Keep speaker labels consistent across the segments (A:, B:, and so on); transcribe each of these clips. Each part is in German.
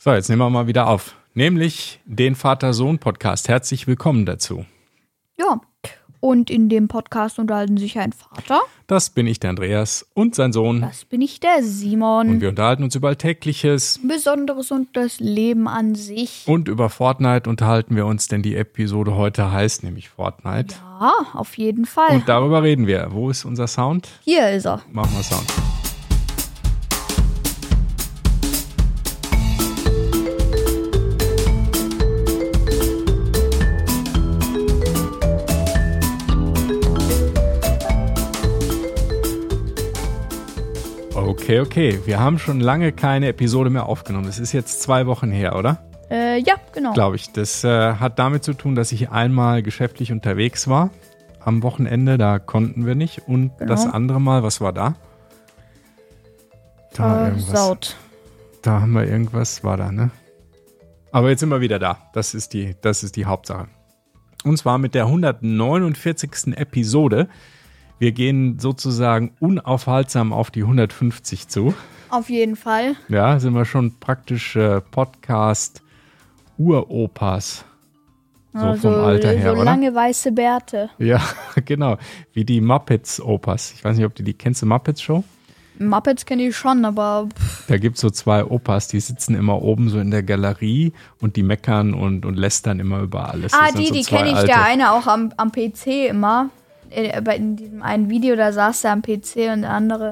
A: So, jetzt nehmen wir mal wieder auf. Nämlich den Vater-Sohn-Podcast. Herzlich willkommen dazu.
B: Ja, und in dem Podcast unterhalten sich ein Vater.
A: Das bin ich, der Andreas, und sein Sohn.
B: Das bin ich, der Simon.
A: Und wir unterhalten uns über Alltägliches,
B: Besonderes und das Leben an sich.
A: Und über Fortnite unterhalten wir uns, denn die Episode heute heißt nämlich Fortnite.
B: Ja, auf jeden Fall.
A: Und darüber reden wir. Wo ist unser Sound?
B: Hier ist er.
A: Machen wir Sound. Okay. Wir haben schon lange keine Episode mehr aufgenommen. Es ist jetzt 2 Wochen her, oder?
B: Ja, genau.
A: Glaube ich. Das hat damit zu tun, dass ich einmal geschäftlich unterwegs war. Am Wochenende, da konnten wir nicht. Und das andere Mal, was war da?
B: Versaut.
A: Da haben wir irgendwas, war da, ne? Aber jetzt sind wir wieder da. Das ist die Hauptsache. Und zwar mit der 149. Episode. Wir gehen sozusagen unaufhaltsam auf die 150 zu.
B: Auf jeden Fall.
A: Ja, sind wir schon praktisch Podcast-Uropas. So vom Alter her,
B: so
A: oder?
B: lange weiße Bärte.
A: Ja, genau. Wie die Muppets-Opas. Ich weiß nicht, ob du die kennst, die Muppets-Show?
B: Muppets kenne ich schon, aber...
A: Da gibt es so 2 Opas, die sitzen immer oben so in der Galerie und die meckern und lästern immer über alles.
B: Die kenne ich. Der eine auch am PC immer. In diesem einen Video, da saß er am PC und der andere,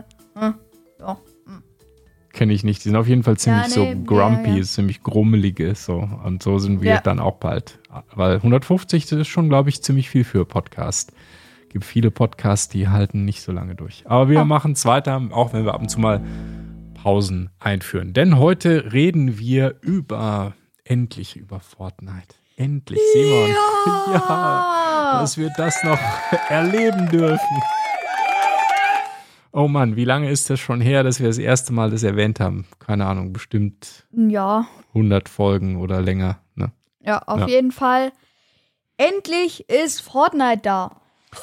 A: Kenne ich nicht. Die sind auf jeden Fall ziemlich so grumpy, ziemlich grummelige. So. Und so sind wir dann auch bald. Weil 150 ist schon, glaube ich, ziemlich viel für Podcast. Gibt viele Podcasts, die halten nicht so lange durch. Aber wir machen es weiter, auch wenn wir ab und zu mal Pausen einführen. Denn heute reden wir endlich über Fortnite. Endlich, Simon. Ja, dass wir das noch erleben dürfen. Oh Mann, wie lange ist das schon her, dass wir das erste Mal das erwähnt haben? Keine Ahnung, bestimmt 100 Folgen oder länger. Ne?
B: Ja, auf jeden Fall. Endlich ist Fortnite da.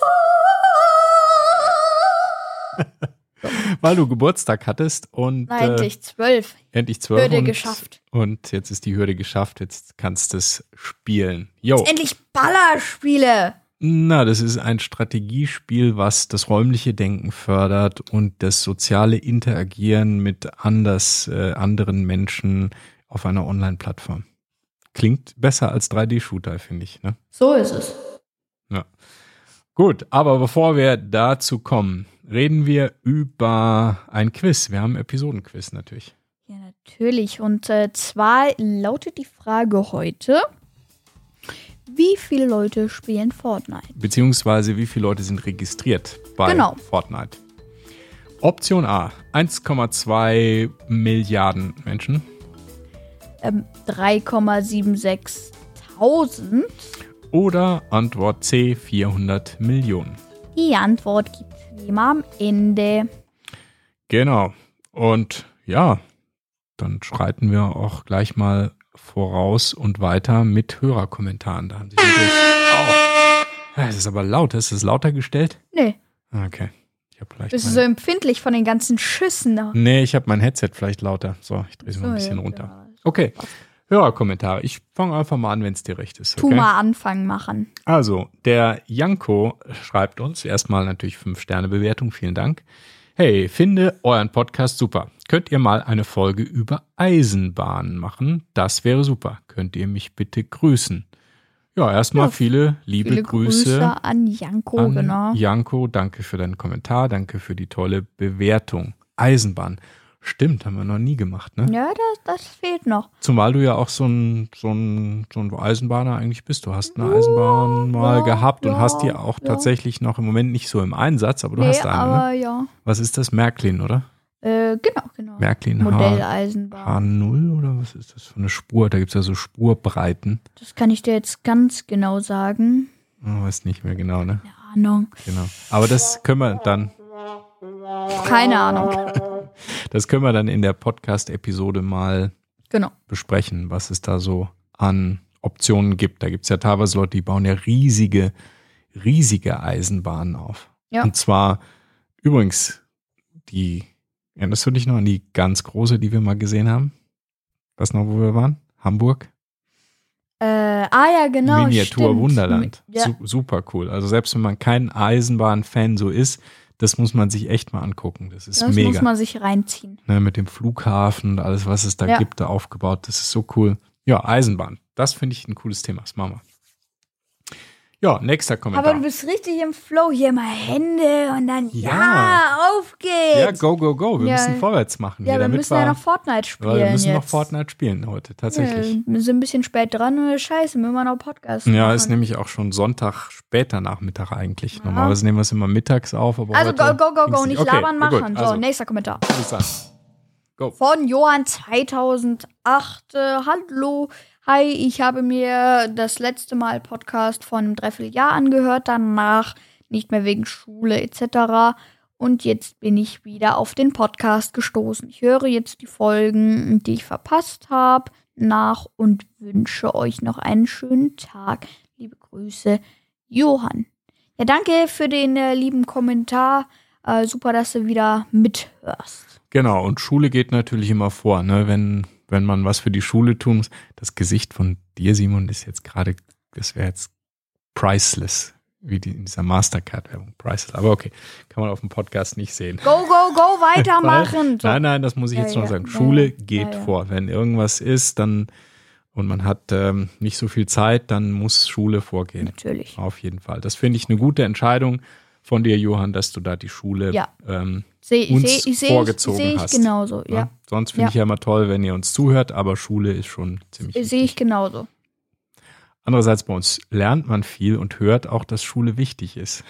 A: Weil du Geburtstag hattest und
B: endlich 12.
A: Endlich 12.
B: Hürde geschafft.
A: Und jetzt ist die Hürde geschafft, jetzt kannst du es spielen. Jo.
B: Jetzt endlich Ballerspiele.
A: Na, das ist ein Strategiespiel, was das räumliche Denken fördert und das soziale Interagieren mit anderen Menschen auf einer Online-Plattform. Klingt besser als 3D-Shooter, finde ich. Ne?
B: So ist es.
A: Ja. Gut, aber bevor wir dazu kommen, reden wir über ein Quiz. Wir haben ein Episodenquiz natürlich.
B: Ja, natürlich. Und zwar lautet die Frage heute: Wie viele Leute spielen Fortnite?
A: Beziehungsweise wie viele Leute sind registriert bei Fortnite? Option A, 1,2 Milliarden Menschen.
B: 3,76.000.
A: Oder Antwort C, 400 Millionen.
B: Die Antwort gibt es wie immer am Ende.
A: Genau. Und ja, dann schreiten wir auch gleich mal voraus und weiter mit Hörerkommentaren. Da haben sich natürlich es ist aber laut. Ist es lauter gestellt?
B: Nee.
A: Okay.
B: Bist du so empfindlich von den ganzen Schüssen da?
A: Nee, ich habe mein Headset vielleicht lauter. So, ich drehe es mal ein bisschen runter. Okay. Hörerkommentare. Ich fange einfach mal an, wenn es dir recht ist. Okay?
B: Tu mal Anfang machen.
A: Also, der Janko schreibt uns erstmal natürlich 5-Sterne-Bewertung. Vielen Dank. Hey, finde euren Podcast super. Könnt ihr mal eine Folge über Eisenbahnen machen? Das wäre super. Könnt ihr mich bitte grüßen? Ja, erstmal viele liebe Grüße
B: an Janko, genau.
A: Janko, danke für deinen Kommentar. Danke für die tolle Bewertung. Eisenbahn. Stimmt, haben wir noch nie gemacht, ne?
B: Ja, das fehlt noch.
A: Zumal du ja auch so ein Eisenbahner eigentlich bist. Du hast eine Eisenbahn mal gehabt und hast die auch tatsächlich noch im Moment nicht so im Einsatz, aber du hast eine,
B: aber
A: ne?
B: Ja.
A: Was ist das? Märklin, oder?
B: Genau.
A: Märklin
B: Modelleisenbahn.
A: H0 oder was ist das für eine Spur? Da gibt es ja so Spurbreiten.
B: Das kann ich dir jetzt ganz genau sagen.
A: Oh, weiß nicht mehr genau, ne?
B: Keine Ahnung.
A: Genau. Aber das können wir dann...
B: Keine Ahnung.
A: Das können wir dann in der Podcast-Episode mal besprechen, was es da so an Optionen gibt. Da gibt es ja teilweise Leute, die bauen ja riesige Eisenbahnen auf. Ja. Und zwar übrigens erinnerst du dich noch an die ganz große, die wir mal gesehen haben? Weißt du noch, wo wir waren? Hamburg?
B: Ja, genau.
A: Miniatur
B: stimmt.
A: Wunderland.
B: Ja.
A: Super cool. Also selbst wenn man kein Eisenbahn-Fan so ist, das muss man sich echt mal angucken. Das ist mega.
B: Das muss man sich reinziehen.
A: Ne, mit dem Flughafen und alles, was es da gibt, da aufgebaut. Das ist so cool. Ja, Eisenbahn. Das finde ich ein cooles Thema. Das machen wir. Ja, nächster Kommentar.
B: Aber du bist richtig im Flow. Hier mal Hände und dann, auf geht's.
A: Ja, go. Wir müssen vorwärts machen.
B: Ja, wir müssen ja noch Fortnite spielen.
A: Wir müssen noch Fortnite spielen heute, tatsächlich.
B: Ja, wir sind ein bisschen spät dran und scheiße, wir müssen noch Podcast machen.
A: Ja, ist nämlich auch schon Sonntag, später Nachmittag eigentlich. Ja. Normalerweise nehmen wir es immer mittags auf. Aber
B: also go, nicht labern machen.
A: Also,
B: so, nächster Kommentar.
A: Go.
B: Von Johann 2008. Hallo. Hi, ich habe mir das letzte Mal Podcast von einem Dreivierteljahr angehört, danach nicht mehr wegen Schule etc. Und jetzt bin ich wieder auf den Podcast gestoßen. Ich höre jetzt die Folgen, die ich verpasst habe, nach und wünsche euch noch einen schönen Tag. Liebe Grüße, Johann. Ja, danke für den lieben Kommentar. Super, dass du wieder mithörst.
A: Genau, und Schule geht natürlich immer vor, ne? Wenn man was für die Schule tun muss. Das Gesicht von dir, Simon, ist jetzt gerade, das wäre jetzt priceless, wie in dieser Mastercard-Werbung. Priceless. Aber okay, kann man auf dem Podcast nicht sehen.
B: Go, weitermachen.
A: Nein, das muss ich jetzt noch sagen. Schule geht vor. Wenn irgendwas ist, dann und man hat nicht so viel Zeit, dann muss Schule vorgehen.
B: Natürlich.
A: Auf jeden Fall. Das finde ich eine gute Entscheidung von dir, Johann, dass du da die Schule uns vorgezogen hast.
B: Sehe ich genauso, ja.
A: Sonst finde ich ja immer toll, wenn ihr uns zuhört, aber Schule ist schon ziemlich wichtig.
B: Sehe ich genauso.
A: Andererseits bei uns lernt man viel und hört auch, dass Schule wichtig ist.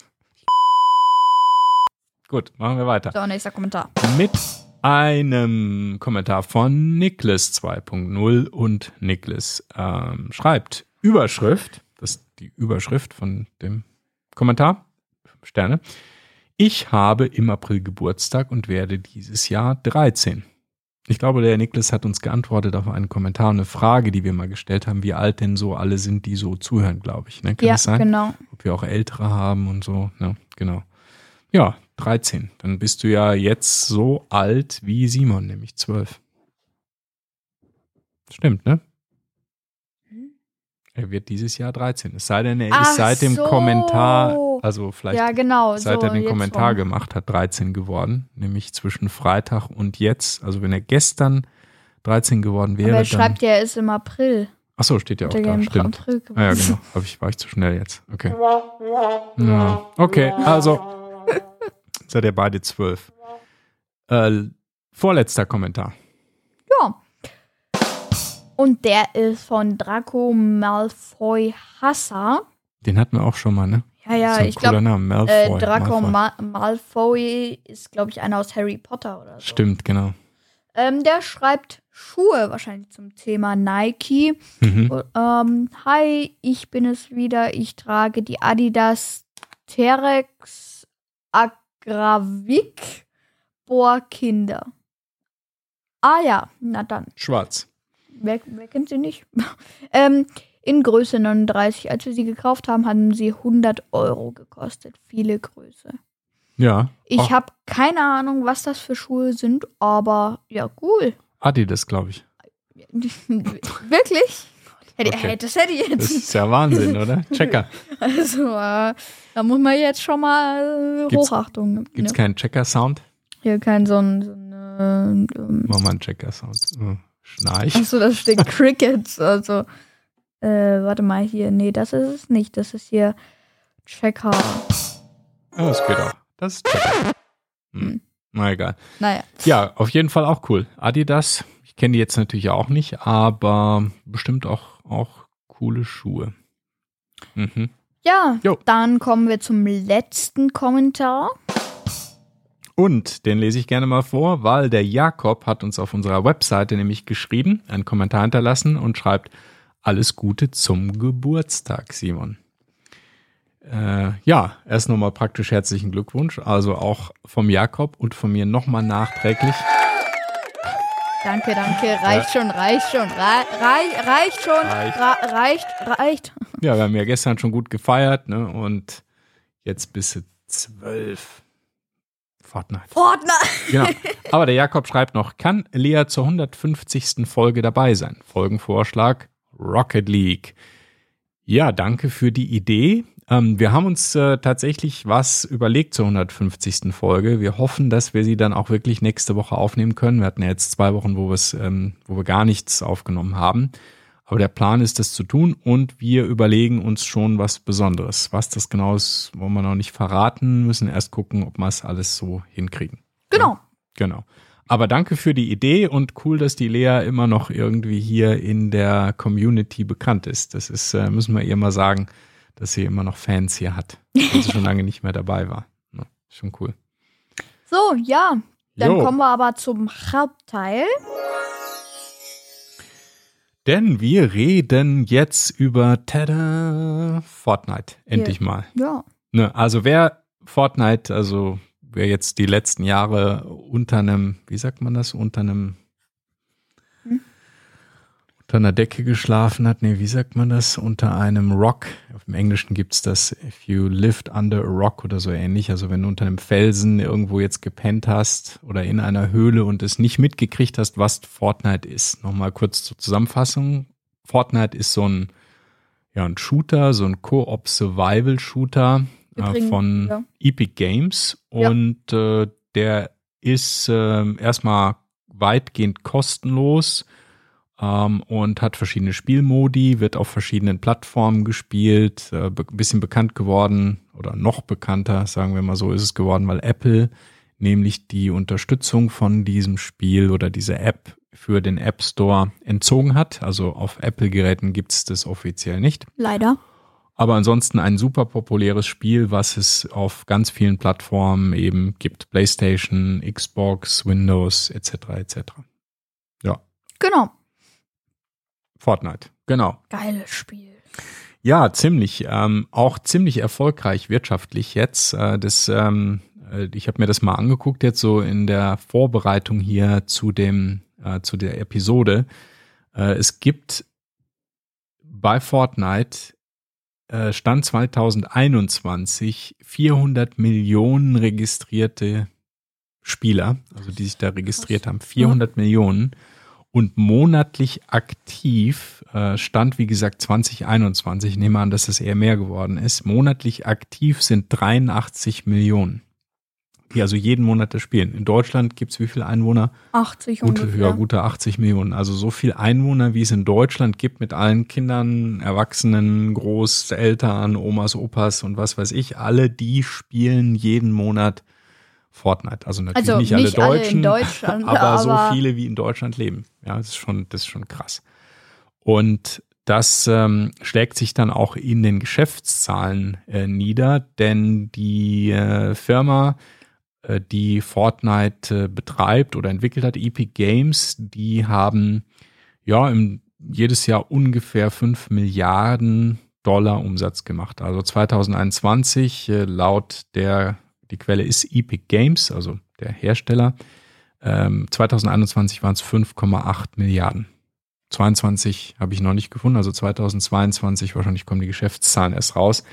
A: Gut, machen wir weiter.
B: So, nächster Kommentar.
A: Mit einem Kommentar von Niklas 2.0 und Niklas schreibt Überschrift, das ist die Überschrift von dem Kommentar, 5 Sterne. Ich habe im April Geburtstag und werde dieses Jahr 13. Ich glaube, der Niklas hat uns geantwortet auf einen Kommentar und eine Frage, die wir mal gestellt haben, wie alt denn so alle sind, die so zuhören, glaube ich. Ne? Kann das sein?
B: Genau.
A: Ob wir auch Ältere haben und so. Ja, genau. Ja, 13. Dann bist du ja jetzt so alt wie Simon, nämlich 12. Stimmt, ne? Er wird dieses Jahr 13. Es sei denn, er ist seit dem Kommentar, also vielleicht seit er den Kommentar gemacht hat, 13 geworden. Nämlich zwischen Freitag und jetzt. Also wenn er gestern 13 geworden wäre.
B: Aber er schreibt ja, er ist im April.
A: Achso, steht ja auch da, stimmt. Ja, genau. War ich zu schnell jetzt. Okay. Ja. Okay, also seid ihr beide 12. Vorletzter Kommentar.
B: Ja. Und der ist von Draco Malfoy Hassa.
A: Den hatten wir auch schon mal, ne?
B: Ja, ich glaube, Draco
A: Malfoy.
B: Malfoy ist, glaube ich, einer aus Harry Potter oder so.
A: Stimmt, genau.
B: Der schreibt Schuhe wahrscheinlich zum Thema Nike. Hi, ich bin es wieder. Ich trage die Adidas Terex Agravik Boah Kinder. Ah ja, na dann.
A: Schwarz.
B: Wer kennt sie nicht? In Größe 39. Als wir sie gekauft haben, haben sie 100 € gekostet. Viele Größe.
A: Ja.
B: Ich habe keine Ahnung, was das für Schuhe sind, aber ja, cool.
A: Adidas, glaube ich.
B: Wirklich?
A: Okay.
B: Das hätte ich jetzt.
A: Das ist ja Wahnsinn, oder? Checker.
B: Also, da muss man jetzt schon mal Hochachtung.
A: Gibt es keinen Checker-Sound?
B: Hier kein so ein
A: Mach mal einen Checker-Sound. Schnarch.
B: Achso, das steht Crickets. Also, warte mal hier. Nee, das ist es nicht. Das ist hier Checker.
A: Oh, das geht auch. Das ist Checker. Na egal.
B: Naja.
A: Ja, auf jeden Fall auch cool. Adidas, ich kenne die jetzt natürlich auch nicht, aber bestimmt auch coole Schuhe. Mhm.
B: Ja, Dann kommen wir zum letzten Kommentar.
A: Und den lese ich gerne mal vor, weil der Jakob hat uns auf unserer Webseite nämlich geschrieben, einen Kommentar hinterlassen und schreibt, alles Gute zum Geburtstag, Simon. Erst nochmal praktisch herzlichen Glückwunsch, also auch vom Jakob und von mir nochmal nachträglich.
B: Danke, reicht schon. Reicht.
A: Ja, wir haben ja gestern schon gut gefeiert, ne? Und jetzt bist du 12. Fortnite. Genau. Aber der Jakob schreibt noch, kann Lea zur 150. Folge dabei sein? Folgenvorschlag, Rocket League. Ja, danke für die Idee. Wir haben uns tatsächlich was überlegt zur 150. Folge. Wir hoffen, dass wir sie dann auch wirklich nächste Woche aufnehmen können. Wir hatten ja jetzt 2 Wochen, wo wir gar nichts aufgenommen haben. Aber der Plan ist, das zu tun und wir überlegen uns schon was Besonderes. Was das genau ist, wollen wir noch nicht verraten, müssen erst gucken, ob wir es alles so hinkriegen.
B: Genau.
A: Ja, genau. Aber danke für die Idee und cool, dass die Lea immer noch irgendwie hier in der Community bekannt ist. Das ist, müssen wir ihr mal sagen, dass sie immer noch Fans hier hat, weil sie schon lange nicht mehr dabei war. Ja, schon cool.
B: So, ja, dann kommen wir aber zum Hauptteil.
A: Denn wir reden jetzt über Fortnite. Endlich mal.
B: Ja.
A: Ne, also wer jetzt die letzten Jahre unter einem, wie sagt man das, unter einer Decke geschlafen hat, wie sagt man das, unter einem Rock. Im Englischen gibt's das, if you lived under a rock oder so ähnlich. Also wenn du unter einem Felsen irgendwo jetzt gepennt hast oder in einer Höhle und es nicht mitgekriegt hast, was Fortnite ist. Nochmal kurz zur Zusammenfassung. Fortnite ist so ein Shooter, so ein Co-op-Survival-Shooter von Epic Games. Und der ist erstmal weitgehend kostenlos. Und hat verschiedene Spielmodi, wird auf verschiedenen Plattformen gespielt, ein bisschen bekannt geworden oder noch bekannter, sagen wir mal so, ist es geworden, weil Apple nämlich die Unterstützung von diesem Spiel oder dieser App für den App Store entzogen hat. Also auf Apple-Geräten gibt es das offiziell nicht.
B: Leider.
A: Aber ansonsten ein super populäres Spiel, was es auf ganz vielen Plattformen eben gibt. PlayStation, Xbox, Windows etc. etc. Ja.
B: Genau.
A: Fortnite, genau.
B: Geiles Spiel.
A: Ja, ziemlich. Auch ziemlich erfolgreich wirtschaftlich jetzt. Ich habe mir das mal angeguckt jetzt so in der Vorbereitung hier zu der Episode. Es gibt bei Fortnite Stand 2021 400 Millionen registrierte Spieler, also die sich da registriert haben. 400 Millionen. Und monatlich aktiv, Stand wie gesagt 2021, ich nehme an, dass es eher mehr geworden ist, monatlich aktiv sind 83 Millionen, die also jeden Monat das spielen. In Deutschland gibt es wie viele Einwohner?
B: 80 ungefähr.
A: Gute 80 Millionen. Also so viel Einwohner, wie es in Deutschland gibt, mit allen Kindern, Erwachsenen, Großeltern, Omas, Opas und was weiß ich, alle die spielen jeden Monat Fortnite. Also natürlich nicht alle Deutschen, aber so viele wie in Deutschland leben. Ja, das ist schon krass. Und das schlägt sich dann auch in den Geschäftszahlen nieder, denn die Firma, die Fortnite betreibt oder entwickelt hat, Epic Games, die haben jedes Jahr ungefähr 5 Milliarden Dollar Umsatz gemacht. Also 2021 laut die Quelle ist Epic Games, also der Hersteller. 2021 waren es 5,8 Milliarden. 22 habe ich noch nicht gefunden, also 2022, wahrscheinlich kommen die Geschäftszahlen erst raus.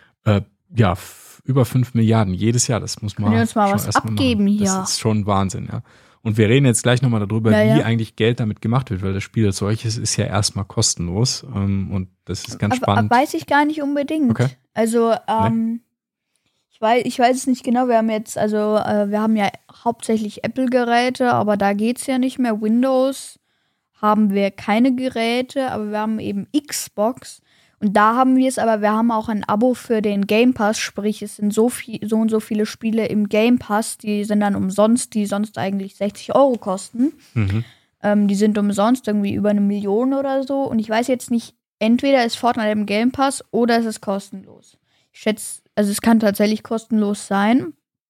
A: Über 5 Milliarden jedes Jahr, das muss man
B: uns mal was abgeben hier.
A: Das ist schon Wahnsinn, ja. Und wir reden jetzt gleich nochmal darüber, wie eigentlich Geld damit gemacht wird, weil das Spiel als solches ist ja erstmal kostenlos und das ist ganz spannend.
B: Weiß ich gar nicht unbedingt.
A: Okay.
B: Also, Ich weiß es nicht genau, wir haben ja hauptsächlich Apple-Geräte, aber da geht's ja nicht mehr. Windows haben wir keine Geräte, aber wir haben eben Xbox und da haben wir es, aber wir haben auch ein Abo für den Game Pass, sprich es sind so und so viele Spiele im Game Pass, die sind dann umsonst, die sonst eigentlich 60 € kosten. Mhm. Die sind umsonst, irgendwie über 1 Million oder so und ich weiß jetzt nicht, entweder ist Fortnite im Game Pass oder es ist kostenlos. Ich schätze, also es kann tatsächlich kostenlos sein,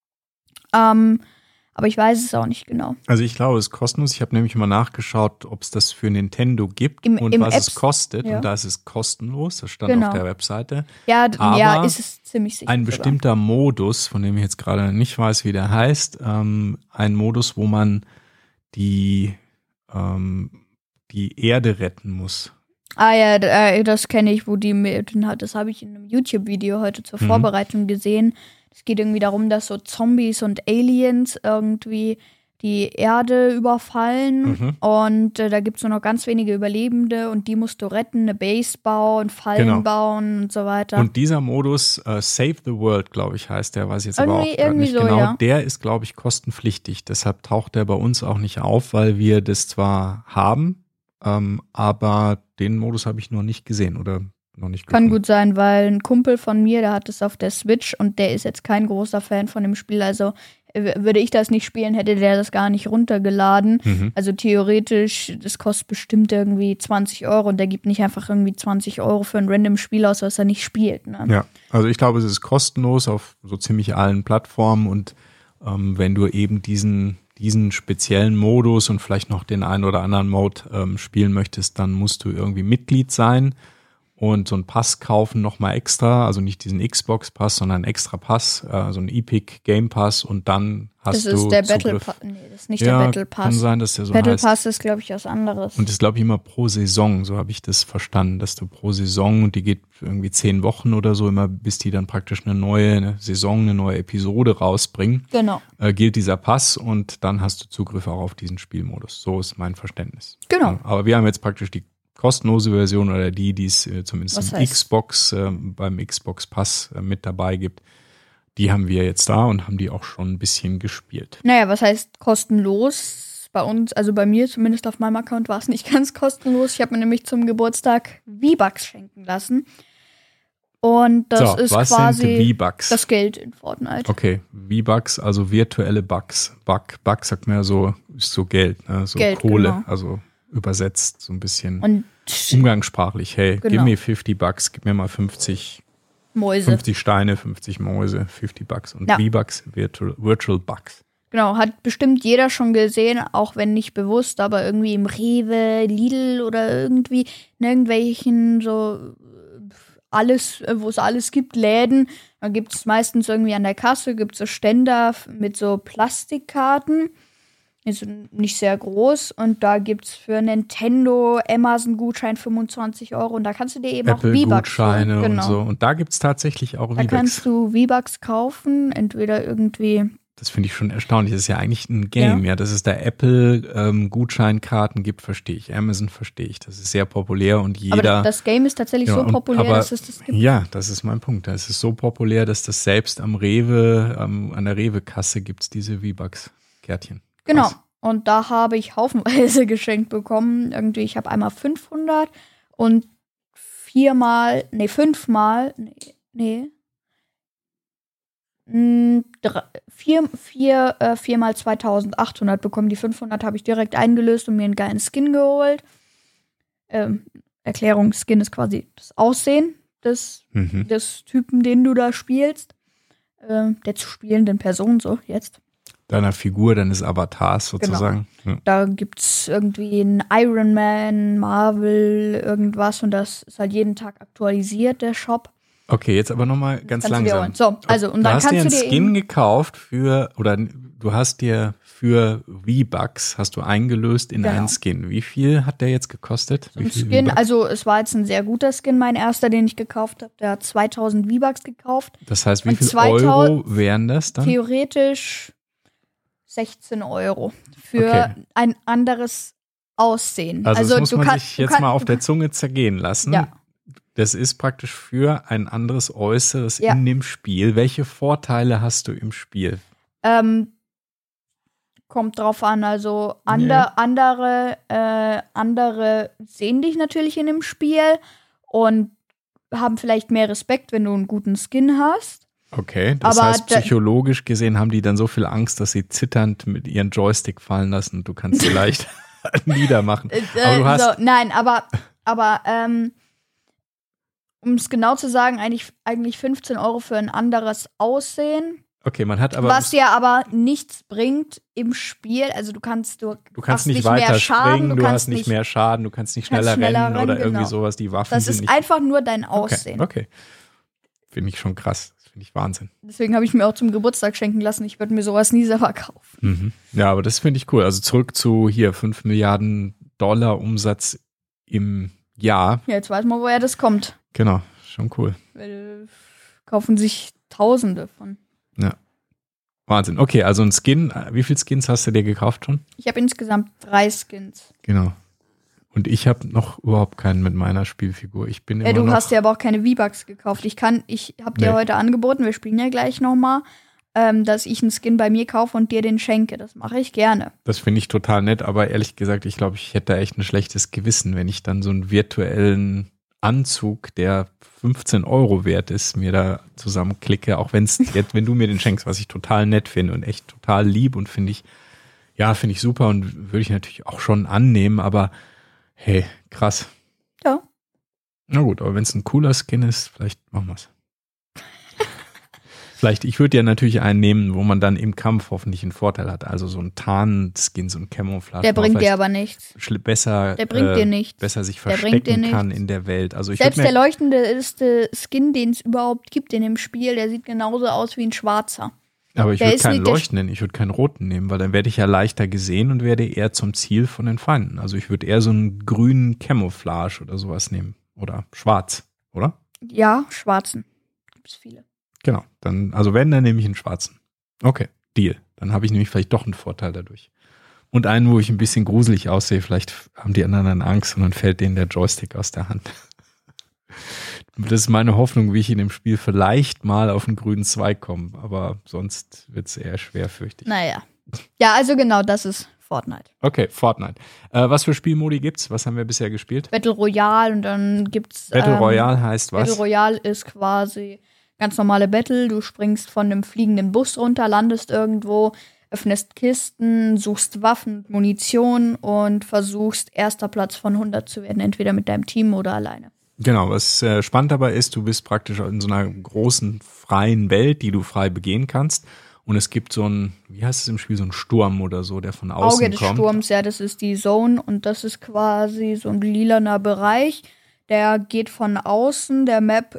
B: aber ich weiß es auch nicht genau.
A: Also ich glaube, es ist kostenlos. Ich habe nämlich mal nachgeschaut, ob es das für Nintendo gibt und was es kostet. Ja. Und da ist es kostenlos, das stand auf der Webseite.
B: Ja, ist es ziemlich sicher.
A: Ein bestimmter Modus, von dem ich jetzt gerade nicht weiß, wie der heißt, ein Modus, wo man die Erde retten muss.
B: Ah ja, das kenne ich, das habe ich in einem YouTube-Video heute zur Vorbereitung gesehen. Es geht irgendwie darum, dass so Zombies und Aliens irgendwie die Erde überfallen und da gibt es nur noch ganz wenige Überlebende und die musst du retten, eine Base bauen, Fallen bauen und so weiter.
A: Und dieser Modus, Save the World, glaube ich, heißt der, weiß ich jetzt aber auch gerade nicht so, genau, ja. Der ist, glaube ich, kostenpflichtig. Deshalb taucht der bei uns auch nicht auf, weil wir das zwar haben, aber den Modus habe ich noch nicht gesehen oder noch nicht gefunden.
B: Kann gut sein, weil ein Kumpel von mir, der hat es auf der Switch und der ist jetzt kein großer Fan von dem Spiel, also würde ich das nicht spielen, hätte der das gar nicht runtergeladen. Also theoretisch, das kostet bestimmt irgendwie 20 € und der gibt nicht einfach irgendwie 20 € für ein random Spiel aus, was er nicht spielt. Ne?
A: Ja, also ich glaube, es ist kostenlos auf so ziemlich allen Plattformen und wenn du eben diesen speziellen Modus und vielleicht noch den einen oder anderen Mode spielen möchtest, dann musst du irgendwie Mitglied sein und so einen Pass kaufen nochmal extra, also nicht diesen Xbox-Pass, sondern einen extra Pass, so einen Epic Game Pass und dann hast du
B: Das ist der
A: Zugriff.
B: Battle Pass. Nee, das ist nicht der Battle Pass.
A: Kann sein, dass der so
B: Battle
A: heißt.
B: Pass ist, glaube ich, was anderes.
A: Und das ist, glaube ich, immer pro Saison, so habe ich das verstanden, dass du pro Saison, und die geht irgendwie 10 Wochen oder so, immer bis die dann praktisch eine neue Saison, eine neue Episode rausbringen.
B: Genau.
A: Gilt dieser Pass und dann hast du Zugriff auch auf diesen Spielmodus. So ist mein Verständnis.
B: Genau.
A: Ja, aber wir haben jetzt praktisch die kostenlose Version oder die es zumindest im Xbox, beim Xbox Pass mit dabei gibt. Die haben wir jetzt da und haben die auch schon ein bisschen gespielt.
B: Naja, was heißt kostenlos? Bei uns, also bei mir zumindest auf meinem Account war es nicht ganz kostenlos. Ich habe mir nämlich zum Geburtstag V-Bucks schenken lassen. Und das ist
A: was
B: quasi
A: sind V-Bucks?
B: Das Geld in Fortnite.
A: Okay, V-Bucks, also virtuelle Bucks. Buck sagt man ja so, ist so Geld, ne? So
B: Geld,
A: Kohle,
B: genau.
A: Also übersetzt so ein bisschen
B: und
A: umgangssprachlich. Hey,
B: genau.
A: Give me 50 Bucks, gib mir mal 50
B: Mäuse.
A: 50 Steine, 50 Mäuse, 50 Bucks und
B: Ja.
A: V-Bucks, Virtual Bucks.
B: Genau, hat bestimmt jeder schon gesehen, auch wenn nicht bewusst, aber irgendwie im Rewe, Lidl oder irgendwie in irgendwelchen so alles, wo es alles gibt, Läden. Da gibt es meistens irgendwie an der Kasse, gibt es so Ständer mit so Plastikkarten. Ist nicht sehr groß und da gibt es für Nintendo Amazon-Gutschein 25 € und da kannst du dir eben
A: Apple
B: auch V-Bucks
A: Gutscheine
B: holen.
A: und so. Und da gibt es tatsächlich auch
B: Da
A: V-Bucks.
B: kannst du V-Bucks kaufen, entweder irgendwie.
A: Das finde ich schon erstaunlich. Das ist ja eigentlich ein Game, ja. Dass es da Apple Gutscheinkarten gibt, verstehe ich. Amazon verstehe ich. Das ist sehr populär und jeder.
B: Aber das Game ist tatsächlich so populär, dass es das gibt.
A: Ja, das ist mein Punkt. Es ist so populär, dass das selbst am Rewe, an der Rewe-Kasse gibt es diese V-Bucks-Kärtchen.
B: Genau. Und da habe ich haufenweise geschenkt bekommen. Irgendwie, ich habe einmal 500 und viermal 2800 bekommen. Die 500 habe ich direkt eingelöst und mir einen geilen Skin geholt. Erklärung, Skin ist quasi das Aussehen des Typen, den du da spielst. Der zu spielenden Person, so jetzt.
A: Deiner Figur, deines Avatars sozusagen.
B: Genau. Ja. Da gibt es irgendwie einen Iron Man, Marvel, irgendwas und das ist halt jeden Tag aktualisiert, der Shop.
A: Okay, jetzt aber nochmal ganz langsam.
B: So, also, und dann
A: hast
B: kannst
A: du
B: dir
A: einen Skin gekauft du hast dir für V-Bucks hast du eingelöst in einen Skin. Wie viel hat der jetzt gekostet?
B: So ein Skin, also es war jetzt ein sehr guter Skin, mein erster, den ich gekauft habe. Der hat 2000 V-Bucks gekauft.
A: Das heißt, wie viel Euro wären das dann?
B: Theoretisch 16 € für ein anderes Aussehen.
A: Also das muss man sich jetzt mal auf der Zunge zergehen lassen.
B: Ja.
A: Das ist praktisch für ein anderes Äußeres in dem Spiel. Welche Vorteile hast du im Spiel?
B: Kommt drauf an, also andere sehen dich natürlich in dem Spiel und haben vielleicht mehr Respekt, wenn du einen guten Skin hast.
A: Okay, das heißt, psychologisch gesehen haben die dann so viel Angst, dass sie zitternd mit ihren Joystick fallen lassen und du kannst sie leicht niedermachen. Aber du hast
B: um es genau zu sagen, eigentlich 15 € für ein anderes Aussehen.
A: Okay, man hat aber.
B: Was ja aber nichts bringt im Spiel. Also du kannst
A: nicht weiter springen, du hast nicht mehr Schaden, du kannst nicht schneller rennen oder irgendwie sowas. Die Waffen
B: das
A: sind
B: ist
A: nicht.
B: Einfach nur dein Aussehen.
A: Okay. Finde ich schon krass. Das finde ich Wahnsinn.
B: Deswegen habe ich mir auch zum Geburtstag schenken lassen. Ich würde mir sowas nie selber kaufen.
A: Mhm. Ja, aber das finde ich cool. Also zurück zu hier 5 Milliarden $ Umsatz im Jahr.
B: Ja, jetzt weiß man, woher das kommt.
A: Genau, schon cool.
B: Kaufen sich Tausende von.
A: Ja. Wahnsinn. Okay, also ein Skin. Wie viele Skins hast du dir gekauft schon?
B: Ich habe insgesamt 3 Skins.
A: Genau. Und ich habe noch überhaupt keinen mit meiner Spielfigur. Ich bin immer
B: du
A: noch
B: hast dir aber auch keine V-Bucks gekauft. Ich habe dir heute angeboten, wir spielen ja gleich nochmal, dass ich einen Skin bei mir kaufe und dir den schenke. Das mache ich gerne.
A: Das finde ich total nett, aber ehrlich gesagt, ich glaube, ich hätte da echt ein schlechtes Gewissen, wenn ich dann so einen virtuellen Anzug, der 15 € wert ist, mir da zusammenklicke, auch wenn du mir den schenkst, was ich total nett finde und echt total lieb und finde ich super und würde ich natürlich auch schon annehmen, aber hey, krass.
B: Ja.
A: Na gut, aber wenn es ein cooler Skin ist, vielleicht machen wir es. Vielleicht, ich würde ja natürlich einen nehmen, wo man dann im Kampf hoffentlich einen Vorteil hat. Also so ein Tarn-Skin, so ein Camouflage.
B: Der bringt dir aber nichts.
A: Besser sich verstecken kann in der Welt. Also
B: selbst der leuchtendste Skin, den es überhaupt gibt in dem Spiel, der sieht genauso aus wie ein schwarzer.
A: Aber ich würde keinen leuchtenden, ich würde keinen roten nehmen, weil dann werde ich ja leichter gesehen und werde eher zum Ziel von den Feinden. Also ich würde eher so einen grünen Camouflage oder sowas nehmen. Oder schwarz, oder?
B: Ja, schwarzen. Gibt es viele.
A: Genau, dann nehme ich einen schwarzen. Okay, Deal. Dann habe ich nämlich vielleicht doch einen Vorteil dadurch. Und einen, wo ich ein bisschen gruselig aussehe, vielleicht haben die anderen dann Angst und dann fällt denen der Joystick aus der Hand. Das ist meine Hoffnung, wie ich in dem Spiel vielleicht mal auf einen grünen Zweig komme, aber sonst wird es eher schwer, fürchte ich.
B: Naja. Ja, also genau, das ist Fortnite.
A: Okay, Fortnite. Was für Spielmodi gibt's? Was haben wir bisher gespielt?
B: Battle Royale und dann gibt's
A: Battle Royale heißt was?
B: Battle Royale ist quasi ganz normale Battle. Du springst von einem fliegenden Bus runter, landest irgendwo, öffnest Kisten, suchst Waffen, Munition und versuchst, erster Platz von 100 zu werden, entweder mit deinem Team oder alleine.
A: Genau, was spannend dabei ist, du bist praktisch in so einer großen, freien Welt, die du frei begehen kannst. Und es gibt so ein, wie heißt es im Spiel, so ein Sturm oder so, der von außen kommt.
B: Auge des Sturms, ja, das ist die Zone und das ist quasi so ein lilaner Bereich. Der geht von außen der Map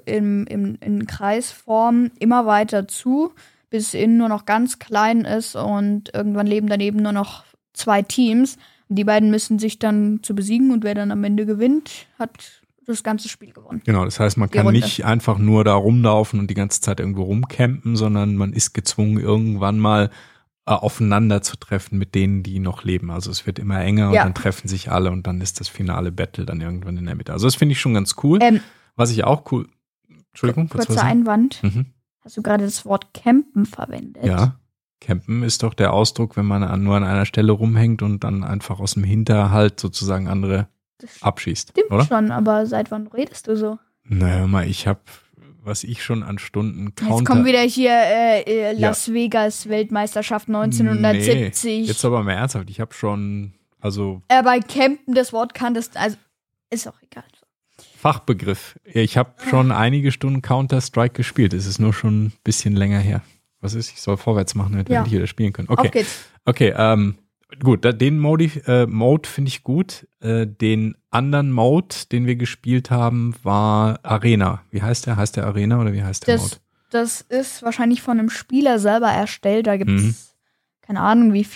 B: in Kreisform immer weiter zu, bis innen nur noch ganz klein ist und irgendwann leben daneben nur noch 2 Teams. Und die beiden müssen sich dann zu besiegen und wer dann am Ende gewinnt, hat das ganze Spiel gewonnen.
A: Genau, das heißt, man kann nicht einfach nur da rumlaufen und die ganze Zeit irgendwo rumcampen, sondern man ist gezwungen, irgendwann mal aufeinander zu treffen mit denen, die noch leben. Also es wird immer enger und dann treffen sich alle und dann ist das finale Battle dann irgendwann in der Mitte. Also das finde ich schon ganz cool. Was ich auch cool... Entschuldigung.
B: Kurzer Einwand. Hast du gerade das Wort campen verwendet?
A: Ja. Campen ist doch der Ausdruck, wenn man nur an einer Stelle rumhängt und dann einfach aus dem Hinterhalt sozusagen andere abschießt.
B: Stimmt
A: oder?
B: Schon, aber seit wann redest du so?
A: Naja, mal, ich habe, was ich schon an Stunden
B: Jetzt kommt wieder hier Las Vegas Weltmeisterschaft 1970.
A: Nee, jetzt aber mal ernsthaft, ich habe schon,
B: bei Campen das Wort kanntest, also ist auch egal.
A: Fachbegriff. Ich habe schon einige Stunden Counter-Strike gespielt. Es ist nur schon ein bisschen länger her. Was ist? Ich soll vorwärts machen, damit wir wieder spielen können. Okay.
B: Auf geht's.
A: Okay, gut, den Mode finde ich gut. Den anderen Mode, den wir gespielt haben, war Arena. Wie heißt der? Heißt der Arena oder wie heißt der Mode?
B: Das ist wahrscheinlich von einem Spieler selber erstellt. Da gibt es keine Ahnung, wie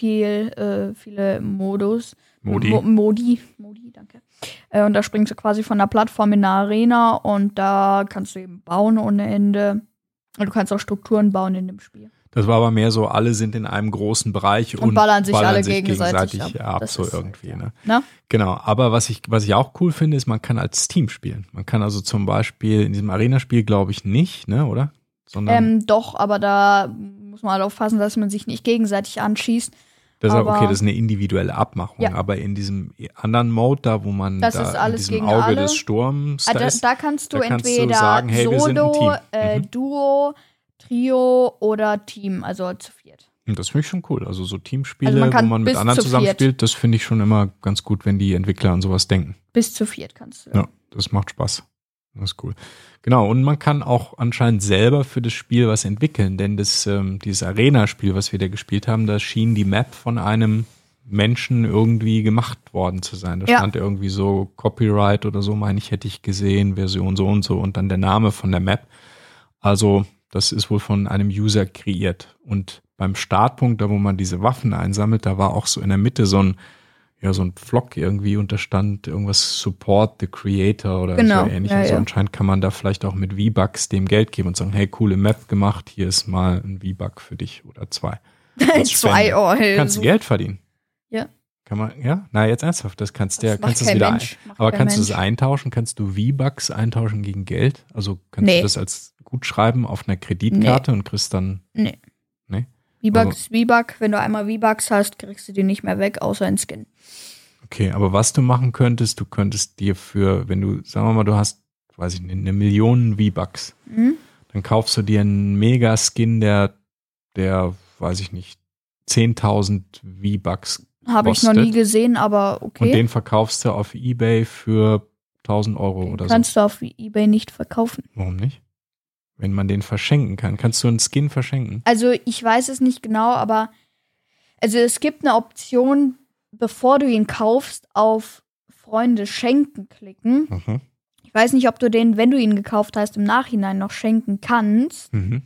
B: viele Modus. Modi, danke. Und da springst du quasi von der Plattform in eine Arena und da kannst du eben bauen ohne Ende. Und du kannst auch Strukturen bauen in dem Spiel.
A: Das war aber mehr so, alle sind in einem großen Bereich und
B: ballern sich alle gegenseitig
A: ab so irgendwie.
B: Halt,
A: ne? Genau, aber was ich auch cool finde, ist, man kann als Team spielen. Man kann also zum Beispiel in diesem Arena-Spiel, glaube ich, nicht, ne, oder? Sondern
B: doch, aber da muss man halt aufpassen, dass man sich nicht gegenseitig anschießt.
A: Das ist eine individuelle Abmachung. Ja. Aber in diesem anderen Mode, da wo man
B: das ist alles
A: in diesem
B: gegen
A: Auge
B: alle.
A: Des Sturms
B: da kannst du entweder sagen, hey, Solo, Duo, Trio oder Team, also zu viert.
A: Und das finde ich schon cool. Also so Teamspiele, wo man mit anderen zusammenspielt, das finde ich schon immer ganz gut, wenn die Entwickler an sowas denken.
B: Bis zu viert kannst du.
A: Ja, das macht Spaß. Das ist cool. Genau, und man kann auch anscheinend selber für das Spiel was entwickeln, denn dieses Arena-Spiel, was wir da gespielt haben, da schien die Map von einem Menschen irgendwie gemacht worden zu sein. Da stand irgendwie so Copyright oder so, meine ich, hätte ich gesehen, Version so und so und dann der Name von der Map. Also das ist wohl von einem User kreiert. Und beim Startpunkt, da wo man diese Waffen einsammelt, da war auch so in der Mitte so ein so ein Vlog irgendwie unterstand, irgendwas Support the Creator oder
B: genau.
A: so ähnlich. Also anscheinend kann man da vielleicht auch mit V-Bucks dem Geld geben und sagen, hey, coole Map gemacht, hier ist mal ein V-Buck für dich oder 2.
B: 2 Euro.
A: Kannst du Geld verdienen.
B: Ja.
A: Kann man, ja? Na, jetzt ernsthaft, das kannst du wieder
B: aber
A: kannst du es eintauschen? Kannst du V-Bucks eintauschen gegen Geld? Also kannst du das als gut schreiben auf einer Kreditkarte und kriegst dann.
B: Nee. V-Buck, wenn du einmal V-Bucks hast, kriegst du die nicht mehr weg, außer ein Skin.
A: Okay, aber was du machen könntest, du könntest dir wenn du, sagen wir mal, du hast, weiß ich nicht, 1 Million V-Bucks, dann kaufst du dir einen Mega-Skin, der, weiß ich nicht, 10.000 V-Bucks
B: habe ich noch nie gesehen, aber okay.
A: Und den verkaufst du auf eBay für 1.000 Euro oder so.
B: Kannst du auf eBay nicht verkaufen.
A: Warum nicht? Wenn man den verschenken kann. Kannst du einen Skin verschenken?
B: Also ich weiß es nicht genau, aber es gibt eine Option, bevor du ihn kaufst, auf Freunde schenken klicken.
A: Mhm.
B: Ich weiß nicht, ob du den, wenn du ihn gekauft hast, im Nachhinein noch schenken kannst.
A: Mhm.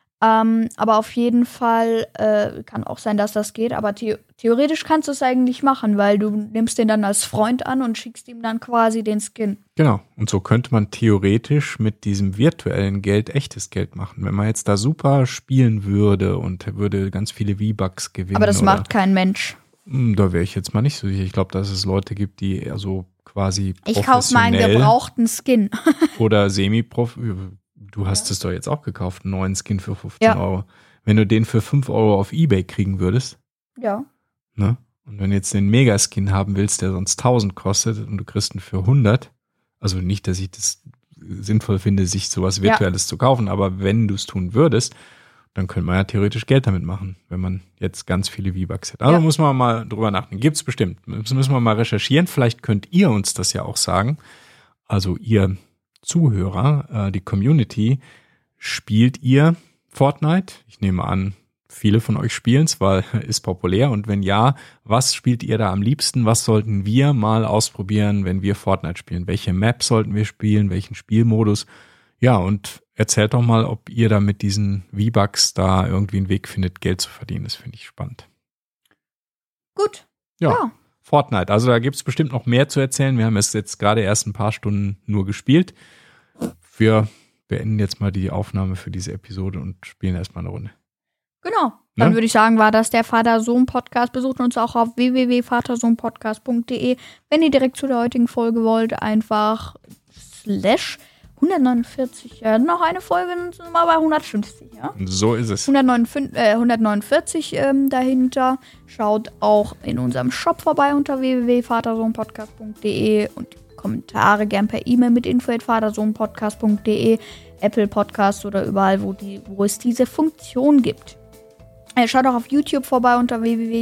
B: Aber auf jeden Fall kann auch sein, dass das geht. Aber theoretisch kannst du es eigentlich machen, weil du nimmst den dann als Freund an und schickst ihm dann quasi den Skin.
A: Genau. Und so könnte man theoretisch mit diesem virtuellen Geld echtes Geld machen. Wenn man jetzt da super spielen würde und würde ganz viele V-Bucks gewinnen.
B: Aber das macht kein Mensch.
A: Da wäre ich jetzt mal nicht so sicher. Ich glaube, dass es Leute gibt, die eher so quasi professionell.
B: Ich kaufe mal einen gebrauchten Skin.
A: Oder semi-prof. Du hast es doch jetzt auch gekauft, einen neuen Skin für 15 Euro. Wenn du den für 5 Euro auf eBay kriegen würdest.
B: Ja.
A: Ne? Und wenn du jetzt den Mega-Skin haben willst, der sonst 1.000 kostet und du kriegst ihn für 100, also nicht, dass ich das sinnvoll finde, sich sowas Virtuelles zu kaufen, aber wenn du es tun würdest, dann könnte man ja theoretisch Geld damit machen, wenn man jetzt ganz viele V-Bucks hätte. Also muss man mal drüber nachdenken. Gibt's bestimmt. Das müssen wir mal recherchieren. Vielleicht könnt ihr uns das ja auch sagen. Also ihr Zuhörer, die Community, spielt ihr Fortnite? Ich nehme an, viele von euch spielen es, weil ist populär. Und wenn ja, was spielt ihr da am liebsten? Was sollten wir mal ausprobieren, wenn wir Fortnite spielen? Welche Map sollten wir spielen? Welchen Spielmodus? Ja, und erzählt doch mal, ob ihr da mit diesen V-Bucks da irgendwie einen Weg findet, Geld zu verdienen. Das finde ich spannend.
B: Gut.
A: Ja. Fortnite. Also da gibt es bestimmt noch mehr zu erzählen. Wir haben es jetzt gerade erst ein paar Stunden nur gespielt. Wir beenden jetzt mal die Aufnahme für diese Episode und spielen erstmal eine Runde.
B: Genau. Dann würde ich sagen, war das der Vater-Sohn-Podcast. Besucht uns auch auf www.vatersohnpodcast.de. Wenn ihr direkt zu der heutigen Folge wollt, einfach /149. Noch eine Folge, dann sind wir mal bei 150. Ja?
A: So ist es.
B: 149 dahinter. Schaut auch in unserem Shop vorbei unter www.vatersohnpodcast.de und Kommentare gern per E-Mail mit info@vatersohnpodcast.de, Apple Podcasts oder überall, wo es diese Funktion gibt. Schaut auch auf YouTube vorbei unter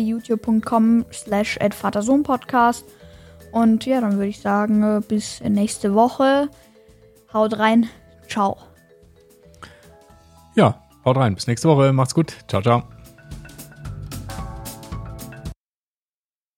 B: www.youtube.com/vatersohnpodcast. Und ja, dann würde ich sagen, bis nächste Woche. Haut rein. Ciao.
A: Ja, haut rein. Bis nächste Woche. Macht's gut. Ciao, ciao.